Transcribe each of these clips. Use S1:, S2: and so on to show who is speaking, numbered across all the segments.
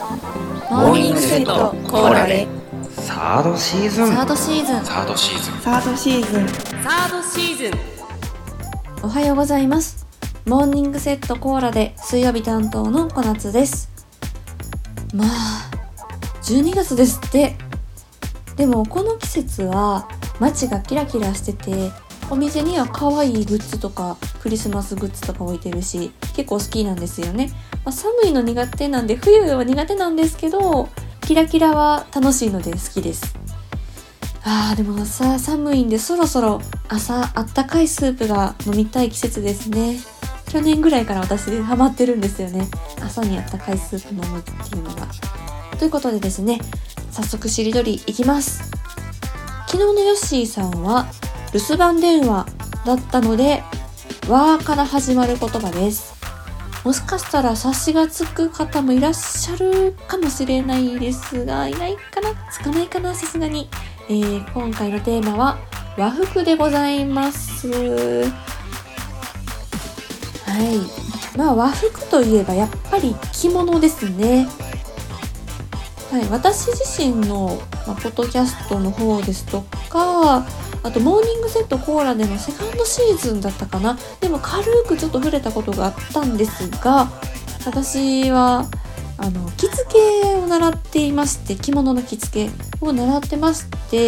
S1: モーニングセットコーラで
S2: サードシーズン
S3: おはようございます。モーニングセットコーラで水曜日担当の小夏です。まあ12月ですって。でもこの季節は街がキラキラしてて、お店には可愛いグッズとかクリスマスグッズとか置いてるし、結構好きなんですよね。寒いの苦手なんで、冬は苦手なんですけど、キラキラは楽しいので好きです。でもさ、寒いんでそろそろ朝あったかいスープが飲みたい季節ですね。去年ぐらいから私ハマってるんですよね。朝にあったかいスープ飲むっていうのが。ということでですね、早速しりとりいきます。昨日のヨッシーさんは留守番電話だったので、わーから始まる言葉です。もしかしたら察しがつく方もいらっしゃるかもしれないですが、いないかな、つかないかな、さすがに。今回のテーマは和服でございます。和服といえばやっぱり着物ですね。私自身の、ポッドキャストの方ですとか、あとモーニングセットコーラでのセカンドシーズンだったかな。でも軽くちょっと触れたことがあったんですが、私は着付けを習っていまして、着物の着付けを習ってまして、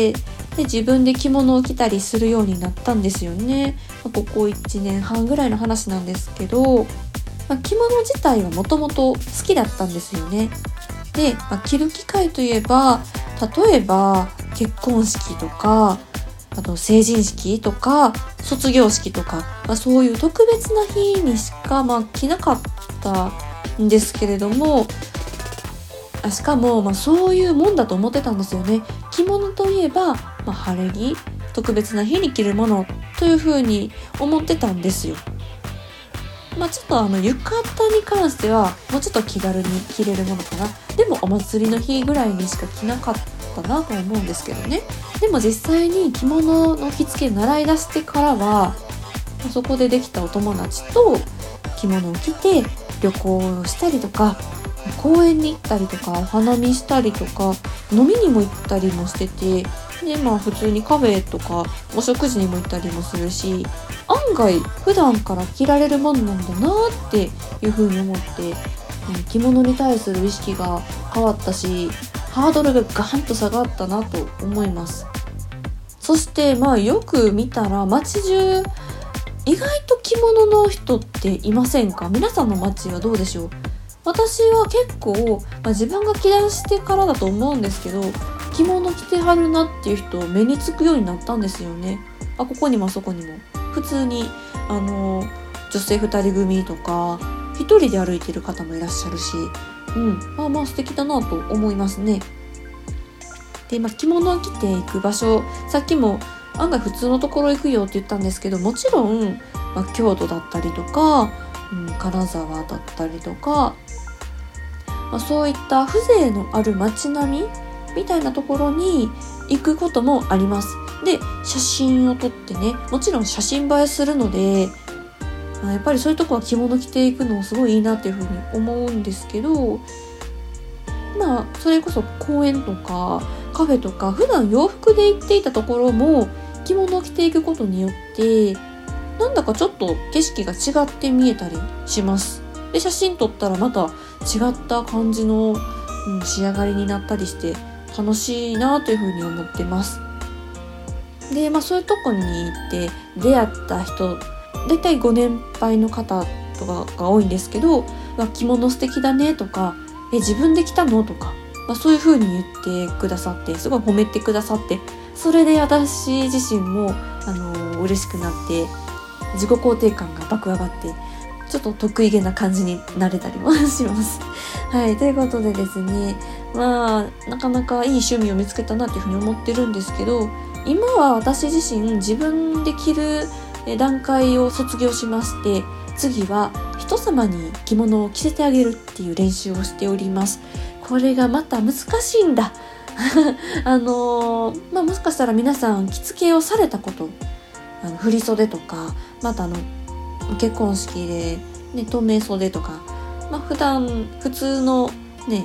S3: で自分で着物を着たりするようになったんですよね。ここ1年半ぐらいの話なんですけど、着物自体はもともと好きだったんですよね。で、着る機会といえば、例えば結婚式とか、あと成人式とか卒業式とか、そういう特別な日にしか着なかったんですけれども、しかもそういうもんだと思ってたんですよね。着物といえば、晴れ着、特別な日に着るものというふうに思ってたんですよ。ちょっと浴衣に関してはもうちょっと気軽に着れるものかな。でもお祭りの日ぐらいにしか着なかったなと思うんですけどね。でも実際に着物の着付け習い出してからは、そこでできたお友達と着物を着て旅行をしたりとか、公園に行ったりとか、お花見したりとか、飲みにも行ったりもしてて、で普通にカフェとかお食事にも行ったりもするし、案外普段から着られるものなんだなっていう風に思って、着物に対する意識が変わったし、ハードルがガーンと下がったなと思います。そしてよく見たら街中意外と着物の人っていませんか？皆さんの街はどうでしょう？私は結構、自分が着出してからだと思うんですけど、着物着てはるなっていう人目につくようになったんですよね。ここにもあそこにも普通に女性2人組とか1人で歩いてる方もいらっしゃるし、素敵だなと思いますね。で、着物を着ていく場所、さっきも案外普通のところ行くよって言ったんですけど、もちろん、京都だったりとか、金沢だったりとか、そういった風情のある街並みみたいなところに行くこともあります。で、写真を撮ってね、もちろん写真映えするので、やっぱりそういうとこは着物着ていくのすごいいいなっていうふうに思うんですけど、それこそ公園とかカフェとか普段洋服で行っていたところも着物を着ていくことによってなんだかちょっと景色が違って見えたりします。で、写真撮ったらまた違った感じの、仕上がりになったりして楽しいなというふうに思ってます。で、そういうとこに行って出会った人、だいたいご年配の方とかが多いんですけど、着物素敵だねとか、自分で着たのとか、そういう風に言ってくださって、すごい褒めてくださって、それで私自身も嬉しくなって自己肯定感が爆上がって、ちょっと得意げな感じになれたりもします。ということでですね、なかなかいい趣味を見つけたなというふうに思ってるんですけど、今は私自身自分で着る段階を卒業しまして、次は人様に着物を着せてあげるっていう練習をしております。これがまた難しいんだ。もしかしたら皆さん着付けをされたこと、振り袖とか、また結婚式で、透明袖とか、普段普通の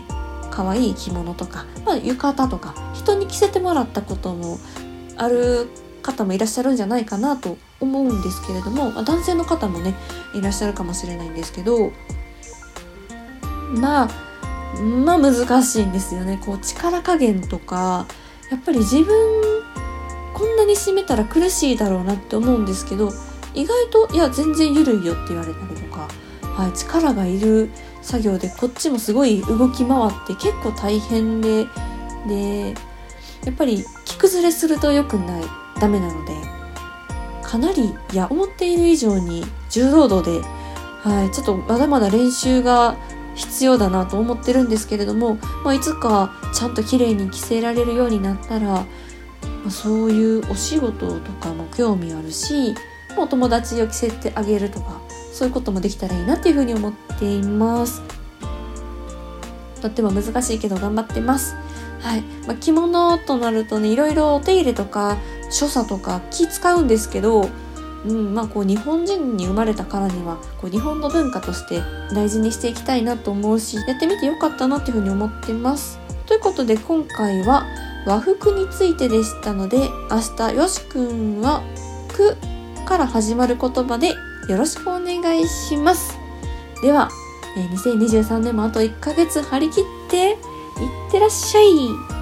S3: 可愛い着物とか、浴衣とか人に着せてもらったこともある方もいらっしゃるんじゃないかなと思うんですけれども、男性の方もねいらっしゃるかもしれないんですけど、難しいんですよね。こう力加減とか、やっぱり自分こんなに締めたら苦しいだろうなって思うんですけど、意外といや全然緩いよって言われたりとか、力がいる作業でこっちもすごい動き回って結構大変でやっぱり着崩れすると良くない、ダメなので、かなり思っている以上に重労働で、ちょっとまだまだ練習が必要だなと思ってるんですけれども、いつかちゃんと綺麗に着せられるようになったら、そういうお仕事とかも興味あるし、お友達を着せてあげるとか、そういうこともできたらいいなっていうふうに思っています。とっても難しいけど頑張ってます。着物となるとね、いろいろお手入れとか所作とか気使うんですけど、こう日本人に生まれたからにはこう日本の文化として大事にしていきたいなと思うし、やってみてよかったなっていうふうに思ってます。ということで今回は和服についてでしたので、明日よしくんはくから始まる言葉でよろしくお願いします。では、2023年もあと1ヶ月張り切っていってらっしゃい。